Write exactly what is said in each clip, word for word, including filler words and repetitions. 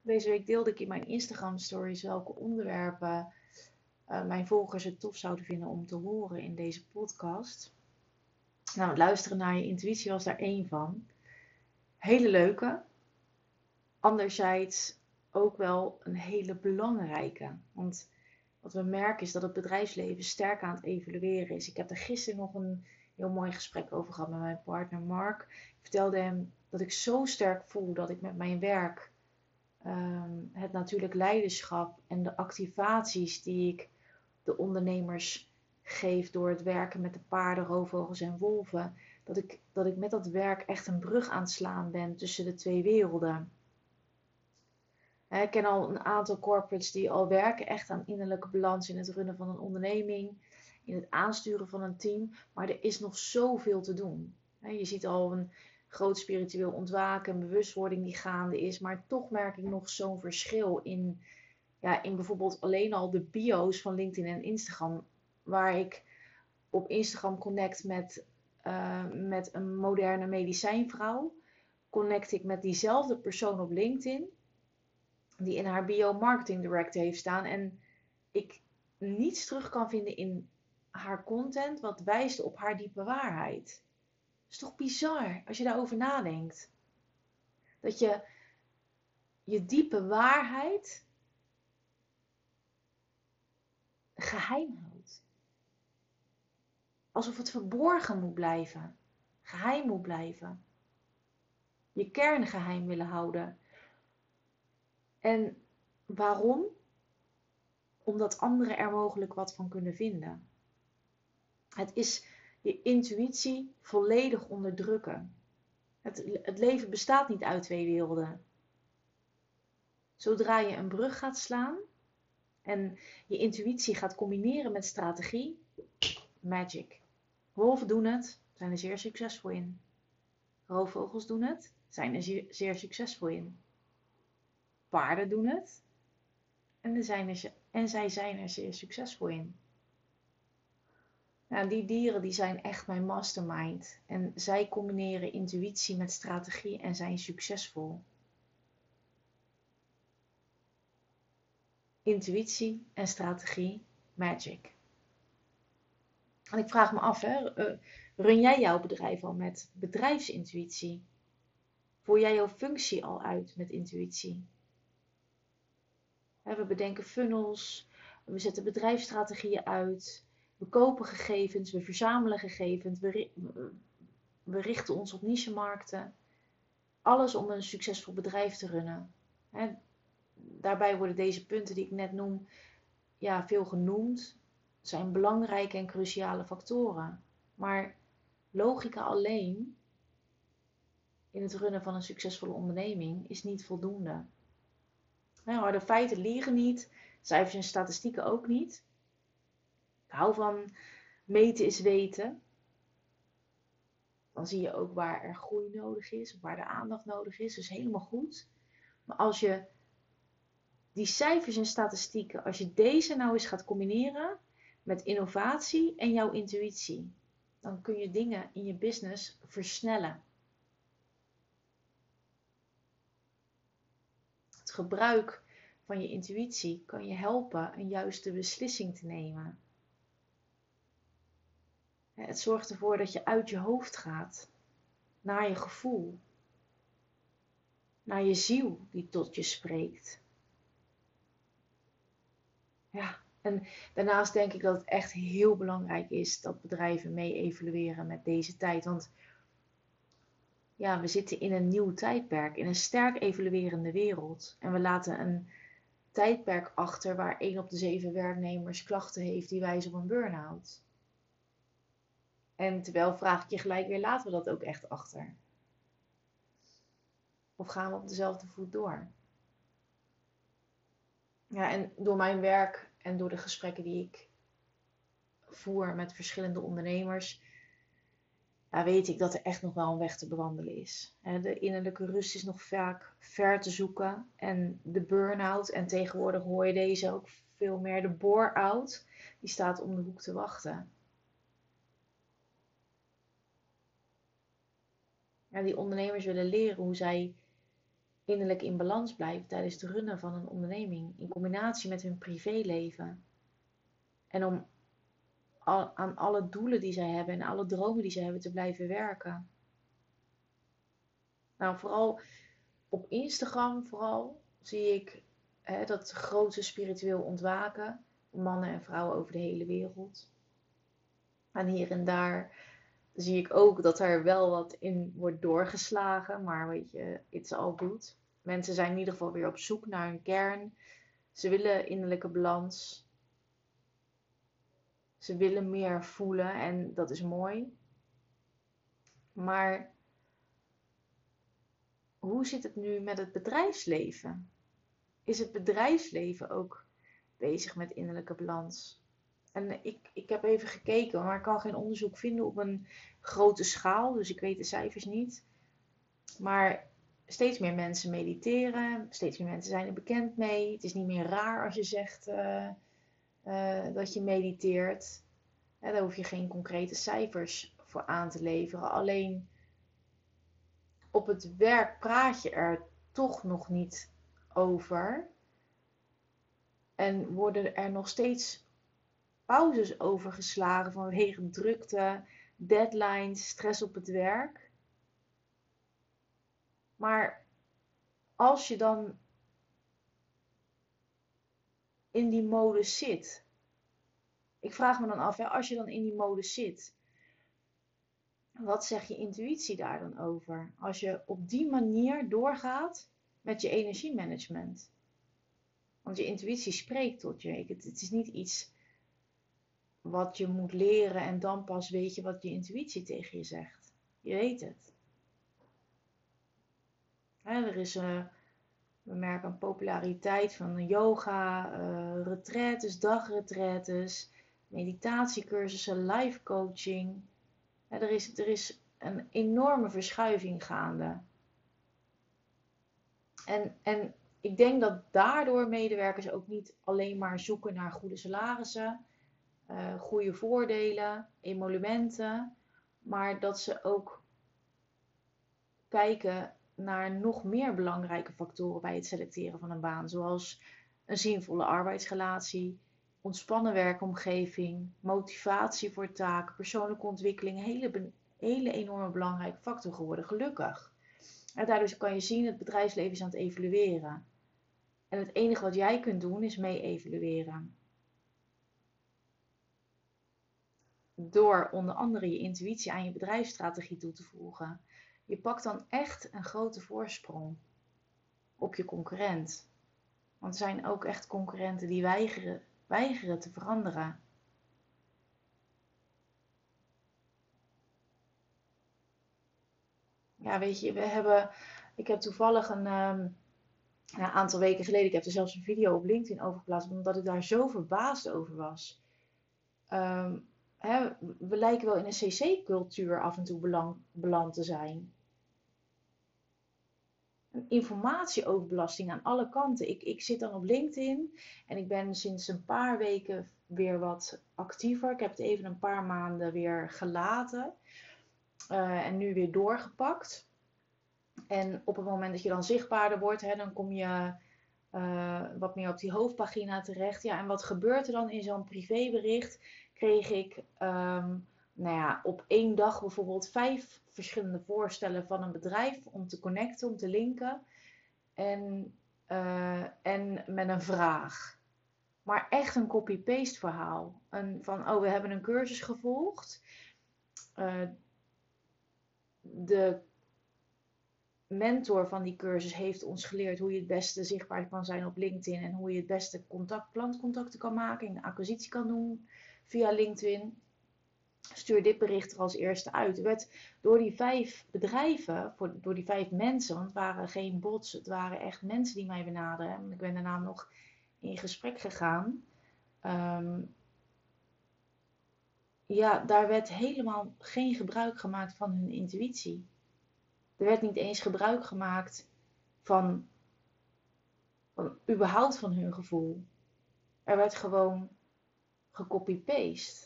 Deze week deelde ik in mijn Instagram stories welke onderwerpen uh, mijn volgers het tof zouden vinden om te horen in deze podcast. Nou, het luisteren naar je intuïtie was daar één van. Hele leuke. Anderzijds ook wel een hele belangrijke. Want wat we merken is dat het bedrijfsleven sterk aan het evolueren is. Ik heb er gisteren nog een heel mooi gesprek over gehad met mijn partner Mark. Ik vertelde hem dat ik zo sterk voel dat ik met mijn werk um, het natuurlijk leiderschap en de activaties die ik de ondernemers geef door het werken met de paarden, roofvogels en wolven, dat ik, dat ik met dat werk echt een brug aan het slaan ben tussen de twee werelden. Ik ken al een aantal corporates die al werken echt aan innerlijke balans in het runnen van een onderneming, in het aansturen van een team, maar er is nog zoveel te doen. Je ziet al een groot spiritueel ontwaken, een bewustwording die gaande is, maar toch merk ik nog zo'n verschil in, ja, in bijvoorbeeld alleen al de bio's van LinkedIn en Instagram, waar ik op Instagram connect met, uh, met een moderne medicijnvrouw, connect ik met diezelfde persoon op LinkedIn, die in haar bio marketing director heeft staan en ik niets terug kan vinden in haar content wat wijst op haar diepe waarheid. Dat is toch bizar als je daarover nadenkt. Dat je je diepe waarheid geheim houdt. Alsof het verborgen moet blijven. Geheim moet blijven. Je kern geheim willen houden. En waarom? Omdat anderen er mogelijk wat van kunnen vinden. Het is je intuïtie volledig onderdrukken. Het, het leven bestaat niet uit twee werelden. Zodra je een brug gaat slaan en je intuïtie gaat combineren met strategie, magic. Wolven doen het, zijn er zeer succesvol in. Roofvogels doen het, zijn er zeer succesvol in. Paarden doen het en, er zijn er, en zij zijn er zeer succesvol in. Nou, die dieren die zijn echt mijn mastermind. En zij combineren intuïtie met strategie en zijn succesvol. Intuïtie en strategie, magic. En ik vraag me af, hè, run jij jouw bedrijf al met bedrijfsintuïtie? Voer jij jouw functie al uit met intuïtie? We bedenken funnels, we zetten bedrijfsstrategieën uit, we kopen gegevens, we verzamelen gegevens, we, we richten ons op nichemarkten. Alles om een succesvol bedrijf te runnen. Daarbij worden deze punten die ik net noem, ja, veel genoemd, zijn belangrijke en cruciale factoren. Maar logica alleen in het runnen van een succesvolle onderneming is niet voldoende. Nou, de feiten liegen niet, cijfers en statistieken ook niet. Ik hou van meten is weten. Dan zie je ook waar er groei nodig is, of waar de aandacht nodig is. Dus helemaal goed. Maar als je die cijfers en statistieken, als je deze nou eens gaat combineren met innovatie en jouw intuïtie, dan kun je dingen in je business versnellen. Het gebruik van je intuïtie kan je helpen een juiste beslissing te nemen. Het zorgt ervoor dat je uit je hoofd gaat, naar je gevoel, naar je ziel die tot je spreekt. Ja, en daarnaast denk ik dat het echt heel belangrijk is dat bedrijven mee evolueren met deze tijd. Want ja, we zitten in een nieuw tijdperk, in een sterk evoluerende wereld. En we laten een tijdperk achter waar één op de zeven werknemers klachten heeft die wijzen op een burn-out. En terwijl vraag ik je gelijk weer, laten we dat ook echt achter? Of gaan we op dezelfde voet door? Ja, en door mijn werk en door de gesprekken die ik voer met verschillende ondernemers, ja, weet ik dat er echt nog wel een weg te bewandelen is. De innerlijke rust is nog vaak ver te zoeken. En de burn-out, en tegenwoordig hoor je deze ook veel meer, de bore-out, die staat om de hoek te wachten. Ja, die ondernemers willen leren hoe zij innerlijk in balans blijven tijdens het runnen van een onderneming. In combinatie met hun privéleven. En om al, aan alle doelen die zij hebben en alle dromen die zij hebben te blijven werken. Nou, vooral op Instagram vooral zie ik hè, dat grote spiritueel ontwaken. Mannen en vrouwen over de hele wereld. En hier en daar zie ik ook dat er wel wat in wordt doorgeslagen. Maar weet je, it's all good. Mensen zijn in ieder geval weer op zoek naar hun kern. Ze willen innerlijke balans. Ze willen meer voelen en dat is mooi. Maar hoe zit het nu met het bedrijfsleven? Is het bedrijfsleven ook bezig met innerlijke balans? En ik, ik heb even gekeken, maar ik kan geen onderzoek vinden op een grote schaal. Dus ik weet de cijfers niet. Maar steeds meer mensen mediteren. Steeds meer mensen zijn er bekend mee. Het is niet meer raar als je zegt uh, uh, dat je mediteert. Ja, daar hoef je geen concrete cijfers voor aan te leveren. Alleen op het werk praat je er toch nog niet over. En worden er nog steeds pauzes overgeslagen vanwege drukte, deadlines, stress op het werk. Maar als je dan in die modus zit. Ik vraag me dan af, hè, als je dan in die modus zit. Wat zegt je intuïtie daar dan over? Als je op die manier doorgaat met je energiemanagement. Want je intuïtie spreekt tot je. Het, het is niet iets wat je moet leren en dan pas weet je wat je intuïtie tegen je zegt. Je weet het. Hè, er is, uh, we merken een populariteit van yoga, uh, retraites, dagretraites, meditatiecursussen, life coaching. Hè, er, is, er is een enorme verschuiving gaande. En, en ik denk dat daardoor medewerkers ook niet alleen maar zoeken naar goede salarissen, uh, goede voordelen, emolumenten, maar dat ze ook kijken naar nog meer belangrijke factoren bij het selecteren van een baan, zoals een zinvolle arbeidsrelatie, ontspannen werkomgeving, motivatie voor taken, persoonlijke ontwikkeling, een hele, hele enorme belangrijke factor geworden, gelukkig. En daardoor kan je zien, het bedrijfsleven is aan het evalueren. En het enige wat jij kunt doen is mee evalueren. Door onder andere je intuïtie aan je bedrijfsstrategie toe te voegen. Je pakt dan echt een grote voorsprong op je concurrent. Want er zijn ook echt concurrenten die weigeren, weigeren te veranderen. Ja, weet je, we hebben, ik heb toevallig een, um, een aantal weken geleden, ik heb er zelfs een video op LinkedIn over geplaatst, omdat ik daar zo verbaasd over was. Um, hè, we lijken wel in een C C-cultuur af en toe belang, beland te zijn. Informatieoverbelasting aan alle kanten. Ik, ik zit dan op LinkedIn en ik ben sinds een paar weken weer wat actiever. Ik heb het even een paar maanden weer gelaten uh, en nu weer doorgepakt. En op het moment dat je dan zichtbaarder wordt, hè, dan kom je uh, wat meer op die hoofdpagina terecht. Ja, en wat gebeurt er dan in zo'n privébericht? Kreeg ik um, nou ja, op één dag bijvoorbeeld vijf verschillende voorstellen van een bedrijf om te connecten, om te linken. En, uh, en met een vraag. Maar echt een copy-paste verhaal. Een, van, oh, we hebben een cursus gevolgd. Uh, de mentor van die cursus heeft ons geleerd hoe je het beste zichtbaar kan zijn op LinkedIn. En hoe je het beste contact, klantcontacten kan maken. En acquisitie kan doen via LinkedIn. Stuur dit bericht er als eerste uit. Er werd door die vijf bedrijven, voor, door die vijf mensen, want het waren geen bots, het waren echt mensen die mij benaderden. Ik ben daarna nog in gesprek gegaan. Um, ja, daar werd helemaal geen gebruik gemaakt van hun intuïtie. Er werd niet eens gebruik gemaakt van, van überhaupt van hun gevoel. Er werd gewoon gecopy-paste.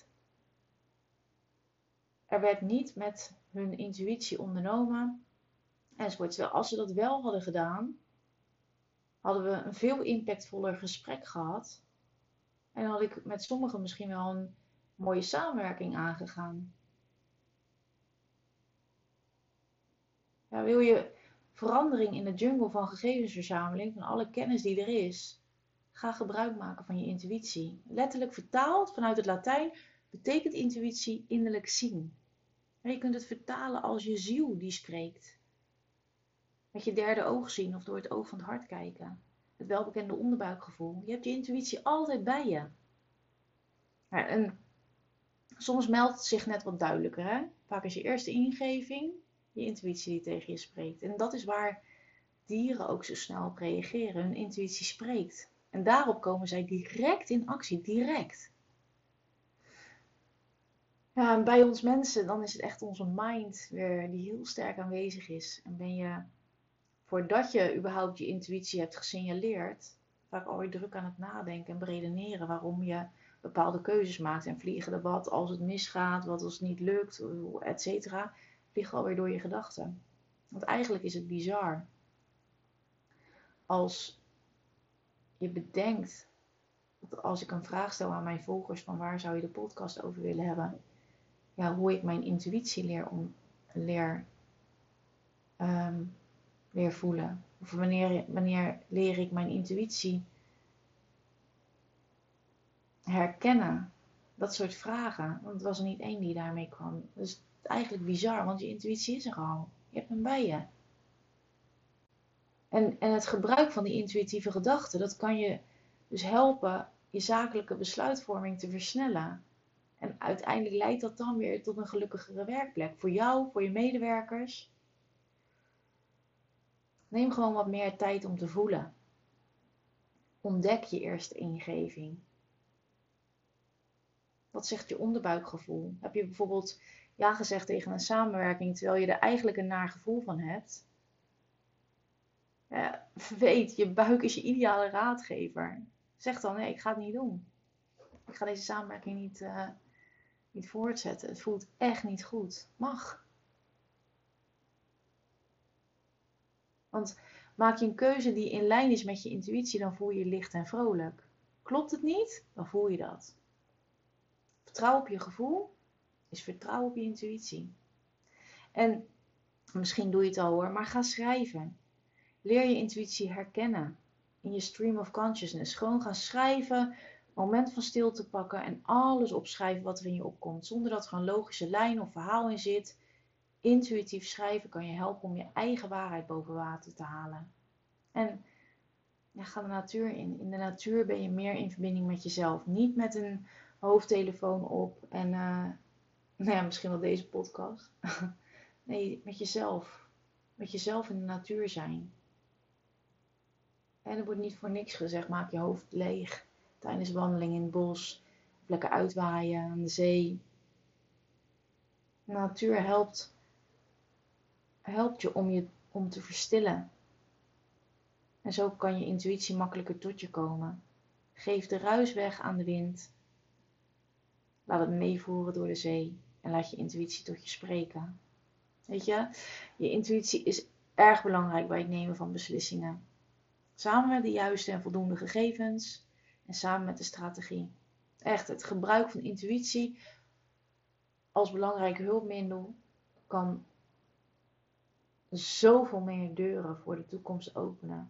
Er werd niet met hun intuïtie ondernomen enzovoort. Terwijl als ze dat wel hadden gedaan, hadden we een veel impactvoller gesprek gehad. En had ik met sommigen misschien wel een mooie samenwerking aangegaan. Ja, wil je verandering in de jungle van gegevensverzameling, van alle kennis die er is, ga gebruik maken van je intuïtie. Letterlijk vertaald vanuit het Latijn betekent intuïtie innerlijk zien. En je kunt het vertalen als je ziel die spreekt. Met je derde oog zien of door het oog van het hart kijken. Het welbekende onderbuikgevoel. Je hebt je intuïtie altijd bij je. Ja, en soms meldt het zich net wat duidelijker. Hè? Vaak is je eerste ingeving je intuïtie die tegen je spreekt. En dat is waar dieren ook zo snel op reageren. Hun intuïtie spreekt. En daarop komen zij direct in actie. Direct. Ja, en bij ons mensen, dan is het echt onze mind weer die heel sterk aanwezig is. En ben je, voordat je überhaupt je intuïtie hebt gesignaleerd, vaak alweer druk aan het nadenken en beredeneren waarom je bepaalde keuzes maakt. En vliegen er wat als het misgaat, wat als het niet lukt, et cetera. Vliegen alweer door je gedachten. Want eigenlijk is het bizar. Als je bedenkt, dat als ik een vraag stel aan mijn volgers van waar zou je de podcast over willen hebben, ja, hoe ik mijn intuïtie leer, om, leer, um, leer voelen. Of wanneer, wanneer leer ik mijn intuïtie herkennen. Dat soort vragen. Want het was er niet één die daarmee kwam. Dus het is eigenlijk bizar, want je intuïtie is er al. Je hebt hem bij je. En, en het gebruik van die intuïtieve gedachten, dat kan je dus helpen je zakelijke besluitvorming te versnellen. En uiteindelijk leidt dat dan weer tot een gelukkigere werkplek. Voor jou, voor je medewerkers. Neem gewoon wat meer tijd om te voelen. Ontdek je eerste ingeving. Wat zegt je onderbuikgevoel? Heb je bijvoorbeeld ja gezegd tegen een samenwerking terwijl je er eigenlijk een naar gevoel van hebt? Ja, weet, je buik is je ideale raadgever. Zeg dan, nee, ik ga het niet doen. Ik ga deze samenwerking niet, uh, niet voortzetten. Het voelt echt niet goed. Mag. Want maak je een keuze die in lijn is met je intuïtie, dan voel je je licht en vrolijk. Klopt het niet? Dan voel je dat. Vertrouw op je gevoel is vertrouwen op je intuïtie. En misschien doe je het al hoor, maar ga schrijven. Leer je intuïtie herkennen in je stream of consciousness. Gewoon gaan schrijven, moment van stilte pakken en alles opschrijven wat er in je opkomt. Zonder dat er een logische lijn of verhaal in zit. Intuïtief schrijven kan je helpen om je eigen waarheid boven water te halen. En ja, ga de natuur in. In de natuur ben je meer in verbinding met jezelf. Niet met een hoofdtelefoon op en uh, nou ja, misschien wel deze podcast. Nee, met jezelf. Met jezelf in de natuur zijn. En er wordt niet voor niks gezegd, maak je hoofd leeg tijdens wandeling in het bos. Of lekker uitwaaien aan de zee. De natuur helpt, helpt je om, je om te verstillen. En zo kan je intuïtie makkelijker tot je komen. Geef de ruis weg aan de wind. Laat het meevoeren door de zee. En laat je intuïtie tot je spreken. Weet je, je intuïtie is erg belangrijk bij het nemen van beslissingen. Samen met de juiste en voldoende gegevens. En samen met de strategie. Echt, het gebruik van intuïtie als belangrijk hulpmiddel kan zoveel meer deuren voor de toekomst openen.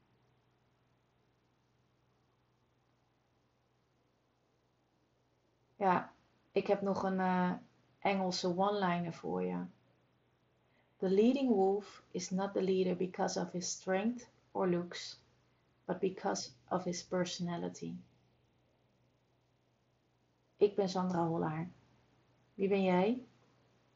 Ja, ik heb nog een uh, Engelse one-liner voor je. The leading wolf is not the leader because of his strength or looks, but because of his personality. Ik ben Sandra Hollaar. Wie ben jij?